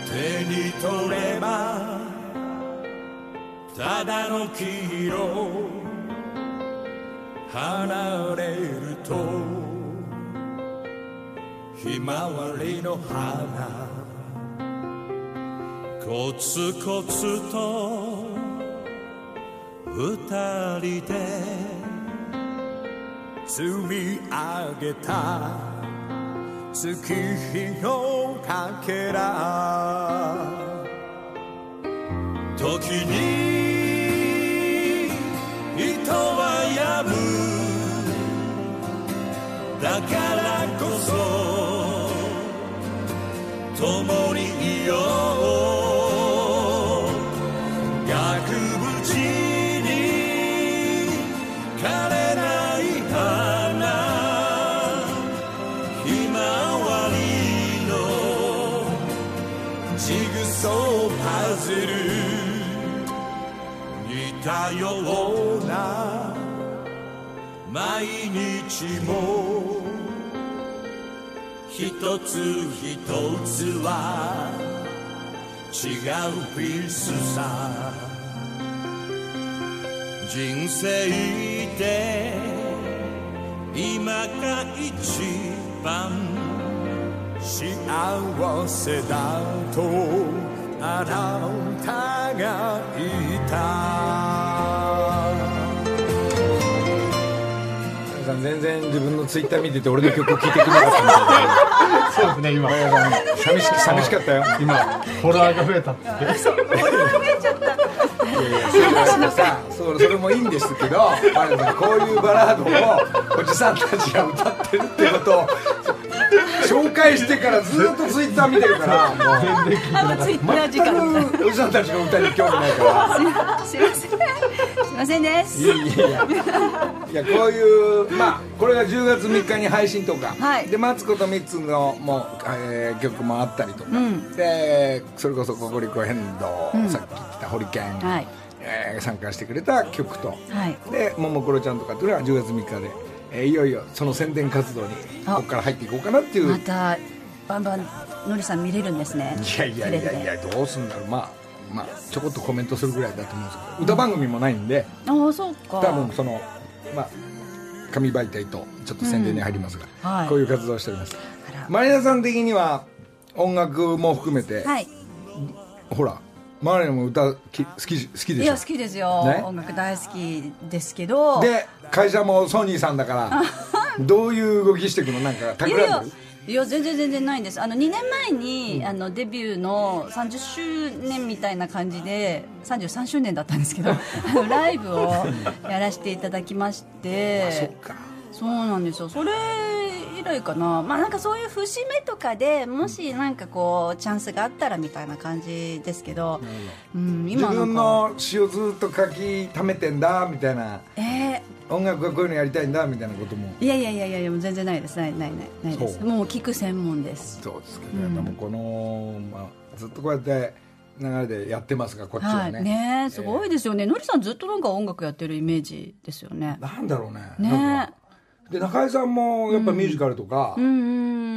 F: 手に取ればただの黄色離れるとひまわりの花コツコツと二人で積み上げた月日のかけら時に糸はやむだからこそ共にいよう額縁に枯れない花ひまわりのジグソーパズル似たような毎日も一つ一つは違うピースさ人生で今が一番幸せだとあなたが言った
A: 全然自分のツイッター見てて俺の曲を聴いてくれなかったみたい
D: そうですね、今
A: 寂し寂しかったよ
D: 今フォロワーが増えたって
B: フォロワーが増えちゃった
A: いやいやそれさそれもいいんですけどマリナさんこういうバラードをおじさんたちが歌ってるってことを紹介してからずっとツイッター見てるからもう
B: あのツイッター時間みたいな
A: おじさんたちの歌に興味ないから
B: すいませんすいませんです
A: いやいやいやいやこういうまあこれがじゅうがつみっかに配信とか、
B: はい、
A: でマツコとミッツのもう、えー、曲もあったりとか、
B: うん、
A: でそれこそココリコ変動、うん、さっき言ったホリケン、
B: はい
A: えー、参加してくれた曲と、
B: はい、
A: でももクロちゃんとかっていうのはじゅうがつみっかで、えー、いよいよその宣伝活動にここから入っていこうかなっていう
B: またバンバンのりさん見れるんですね
A: いやいやいやいやどうすんだろうまあまあちょこっとコメントするぐらいだと思うんですけど、うん、歌番組もないんで
B: ああそうか
A: 多分そのまあ紙媒体とちょっと宣伝に入りますが、うんはい、こういう活動をしております。マリナさん的には音楽も含めて、はい、ほらマリナも歌き好き好きでしょ。
B: いや好きですよ、ね、音楽大好きですけど
A: で会社もソニーさんだからどういう動きしていくのなんか企んでる？いやいや
B: いや全然全然ないんです。あのにねんまえに、うん、あのデビューのさんじゅっしゅうねんみたいな感じでさんじゅうさんしゅうねんだったんですけどライブをやらせていただきまして
A: あそっか
B: そうなんですよ。それ以来かな。まあなんかそういう節目とかでもしなんかこうチャンスがあったらみたいな感じですけど、
A: うん、今自分の詩をずっと書き溜めてんだみたいな、えー、音楽がこういうのやりたいんだみたいなことも
B: いやいやいやいやもう全然ないですないないないないです。もう聞く専門です。
A: そうですけど、うん、もうこの、まあ、ずっとこうやって流れでやってますがこっちはね、はい、
B: ねすごいですよね、えー、のりさんずっとなんか音楽やってるイメージですよね。
A: なんだろうね
B: ね
A: で中井さんもやっぱミュージカルとか、うん、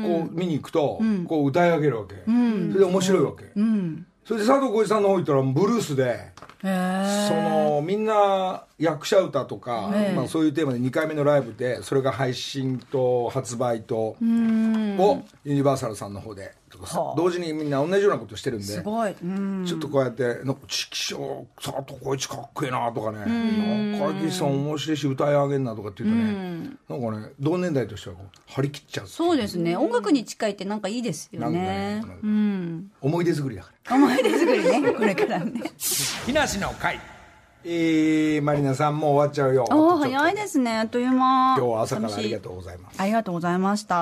A: こう見に行くと、うん、こう歌い上げるわけ、うん、それで面白いわけ、うん、それで佐藤浩市さんの方行ったらブルースでそのみんな役者歌とか、まあ、そういうテーマでにかいめのライブでそれが配信と発売とをユニバーサルさんの方で同時にみんな同じようなことしてるんです
B: ごい
A: うんちょっとこうやって「チキショー佐藤浩市かっこいいな」とかね「中井貴一さん面白いし歌い上げんな」とかって言うとねなんかね同年代としてはこう張り切っちゃう。
B: そうですね音楽に近いってなんかいいですよね。なんかねうん、
A: 思い出作りだか
B: ら思い出作りねこれからね
A: 木梨の会えー、マリナさんもう終わっちゃうよ。
B: お早いですねあっという間。
A: 今日は朝からありがとうございます。
B: ありがとうございました。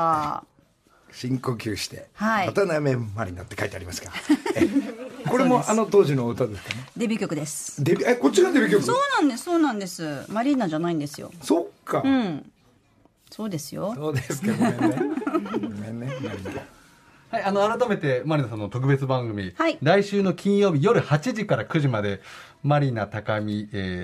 A: 深呼吸して、
B: はい、
A: 渡辺マリナって書いてありますがこれもあの当時の歌ですかね。
B: デビュー曲です。
A: デビえこっちがデビュー曲。
B: そうなんですそうなんですマリーナじゃないんですよ。
A: そっか
B: うんそうですよ。
A: そうですけどごめんねごめんねマリナ。
D: はい、あの改めてマリナさんの特別番組、
B: はい、
D: 来週の金曜日夜はちじからくじまでマリナ高見、えー、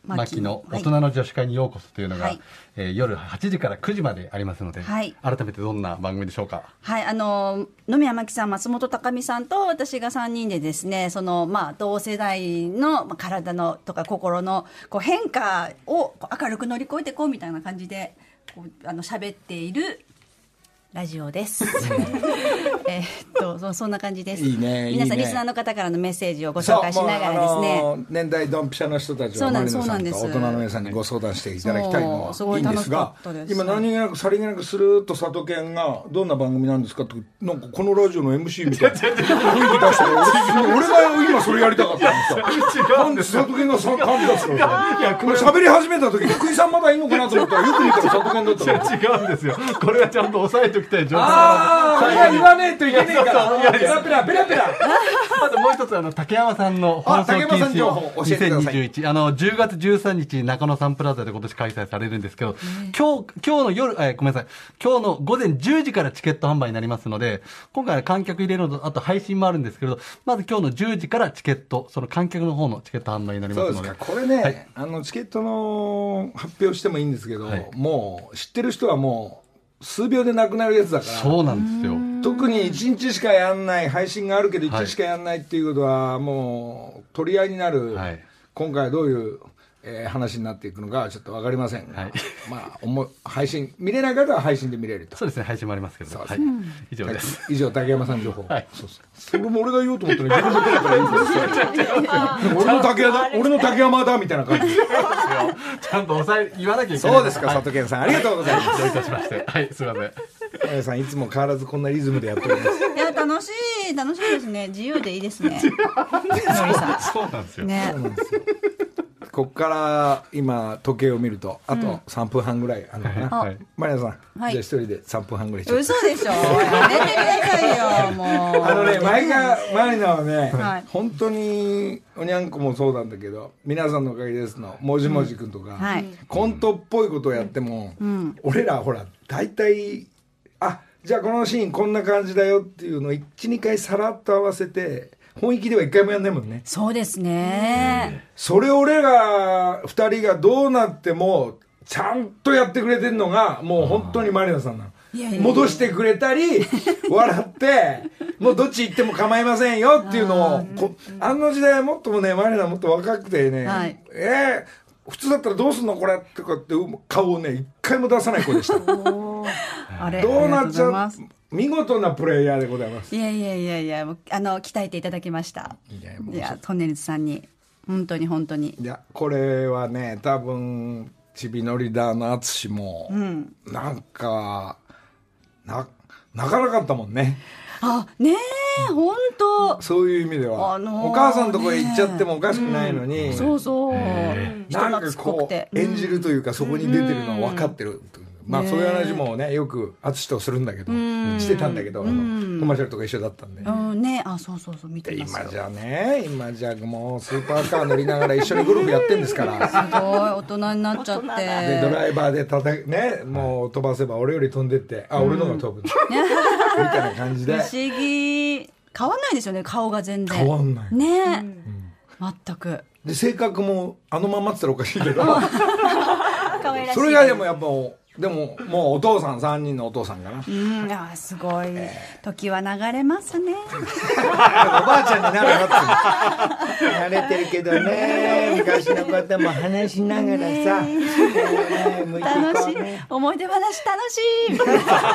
G: マキの大人の女子会にようこそというのが、はい、えー、夜はちじからくじまでありますので、はい、改めてどんな番組でしょうか。
B: はい、あの野宮真紀さん、松本孝美さんと私がさんにんでですね、その、まあ、同世代の体のとか心のこう変化を明るく乗り越えていこうみたいな感じでこうあの喋っているラジオですえっと そ, そんな感じです。
A: いいね、
B: 皆さん、
A: いいね、
B: リスナーの方からのメッセージをご紹介しながらですね、
A: あのー、年代ドンピシャの人たちはマリナさんと大人の皆さんにご相談していただきたいのはいいんですが、今何気なくさりげなくスルーッと佐藤健がどんな番組なんですかってなんかこのラジオの エムシー みたいな雰囲気出して俺, 俺が今それやりたかったんですよ。なんで佐藤健がさ感じ出すからさ、喋り始めた時福井さんまだいいのかなと思ったらよく見たら佐藤健だったの。
G: 違うんですよ、これはちゃんと押さえておきたい状況。
A: ああ、言わねえといけねえから。ペラペラペラペラ。
G: あともう一つ、あの竹山さんの放送禁止
A: 情報教えてください。
G: にせんにじゅういち、あのじゅうがつじゅうさんにち中野サンプラザで今年開催されるんですけど、今日今日の夜、えー、ごめんなさい、今日の午前じゅうじからチケット販売になりますので、今回は観客入れるのとあと配信もあるんですけど、まず今日のじゅうじからチケット、その観客の方のチケット販売になりますので。
A: そうですか。これね、はい、あのチケットの発表してもいいんですけど、はい、もう知ってる人はもう数秒でなくなるやつだから。
G: そうなんですよ。
A: 特にいちにちしかやんない、配信があるけどいちにちしかやんないっていうことはもう取り合いになる、はい、今回はどういう、えー、話になっていくのかはちょっと分かりませんが、はい、まあ思配信見れない方は配信で見れると。
G: そうですね、配信もありますけど、はい、以上です。
A: 以上、竹山さん情報。はい、そうそう、それも俺が言おうと思ったら自分で出たからいいんですよ。俺の竹山だ、俺の竹山だみたいな感じ。
G: ちゃんと抑え言わなきゃいけない。
A: そうですか、佐藤健さん、ありがとうございます。
G: どういたしまして。はい、すみません。
A: 皆さんいつも変わらずこんなリズムでやっております。
B: いや、楽しい楽しいですね。自由でいいですね。
G: そうなんですよ。
B: ね。
A: ここから今時計を見るとあとさんぷんはんぐらいあるのかな、はい、マリナさん、はい、じゃあ一人でさんぷんはんぐらい。
B: 嘘でしょ、やめてくださいよもう。
A: あのね、毎回マリナはね、はい、本当におにゃんこもそうなんだけど、皆さんのおかげですのもじもじくんとか、うん、はい、コントっぽいことをやっても、うん、俺らほら大体あ、じゃあこのシーンこんな感じだよっていうのをいちにかいさらっと合わせて、本意気ではいっかいもやんないもんね。
B: そうですね、うん、
A: それを俺らふたりがどうなってもちゃんとやってくれてるのがもう本当にマリナさんなの。いやいやいや、戻してくれたり笑ってもうどっち行っても構いませんよっていうのを、こあの時代はもっともね、マリナもっと若くてね、はい、えー、普通だったらどうすんのこれとかって顔をね一回も出さない子でした。
B: あれ、
A: どうなっちゃう、見事なプレイヤーでございます。
B: いやいやいやいや、あの鍛えていただきました。いや、いやトンネルズさんに本当に本当に。
A: いや、これはね、多分ちびのリーダーの淳も、うん、なんか な, なかなかったもんね。
B: あ、ねえ、本当。
A: そういう意味では、あのー、お母さんのとこへ行っちゃってもおかしくないのに、
B: うん、そうそう、
A: なんかこう演じるというか、そこに出てるのは分かってるという、うん、まあそういう話もね、よく淳とするんだけど、してたんだけど、あのコマーシャルとか一緒だったんで、
B: うんね、あ、そうそうそう、見てますよ。
A: 今じゃね、今じゃもうスーパーカー乗りながら一緒にゴルフやってんですから。
B: すごい大人になっちゃって、で
A: ドライバーでたたね、もう飛ばせば俺より飛んでって、あ、俺の方が飛ぶみたいな感じで。
B: 不思議、変わんないですよね、顔が全然
A: 変わんない
B: ね、うん、全く。
A: で性格もあのままって言ったらおかしいけど可愛らしい。それがでもやっぱでももうお父さんさんにんのお父さんかな。
B: うん、あ、すごい、えー、時は流れますね。
A: おばあちゃんになるなって慣れてるけどね、昔のことも話しながらさ、え
B: ー、楽しい、思い出話楽しい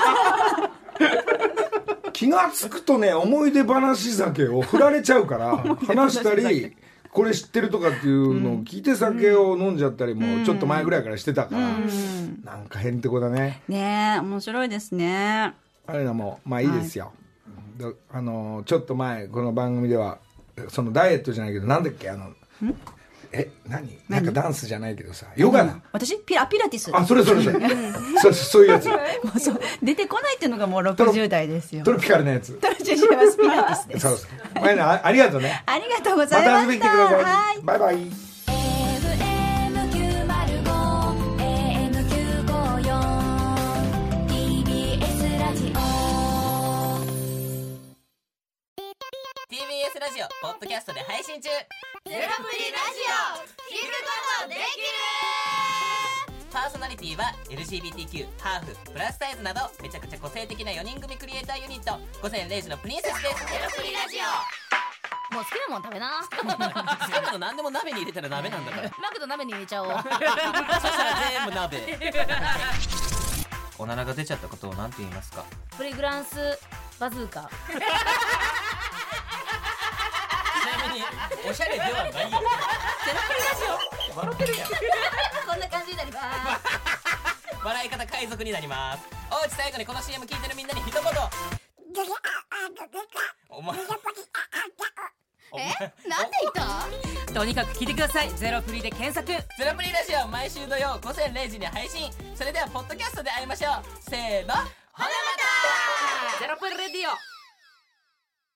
A: 気がつくとね、思い出話酒を振られちゃうから話したりこれ知ってるとかっていうのを聞いて酒を飲んじゃったりもちょっと前ぐらいからしてたから、うん、なんかへんてこだね。
B: ねえ、面白いですね。
A: あれのもまあいいですよ、はい、あのちょっと前この番組ではそのダイエットじゃないけど、なんだっけ、あのえ、何なんかダンスじゃないけどさ、ヨガだ。
B: 私ピラピラティス。
A: あ、それそれそれそそういうやつ。も
B: うそう出てこないっていうのがもうろくじゅう代ですよ。
A: トロピカルなやつ。
B: トロピカルピラティスです。
A: そうです。前の あ, ありがとうね。
B: ありがとうございました。
A: また遊びに来てください。はい。バイバイ。
H: ティービーエスラジオポッドキャストで配信中。
I: ゼロプリラジオ聞くことできる。
H: パーソナリティは エルジービーティーキュー、ハーフ、プラスサイズなどめちゃくちゃ個性的なよにん組クリエイターユニット午前れいじのプリンセスです。
I: ゼロプリラジオもう好きなもん食べな。
H: 好きなの何でも鍋に入れたら鍋なんだから。
I: マクド鍋に入れちゃおう。
H: そしたら全部鍋。おならが出ちゃったことを何て言いますか？
I: プリグランスバズーカ。
H: ちなみにおしゃれではないよ。ゼロプリラジオ笑ってるやん。
I: こんな感じになります。
H: 笑い方海賊になります。おうち最後にこの シーエム 聞いてるみんなに一言。お前
I: え、なんで言った？とにかく聞いてください。ゼロプリで検索。
H: ゼロプリラジオ毎週土曜午前れいじに配信。それではポッドキャストで会いましょう。せーの、ほなまた。
I: ゼロプリレディオ。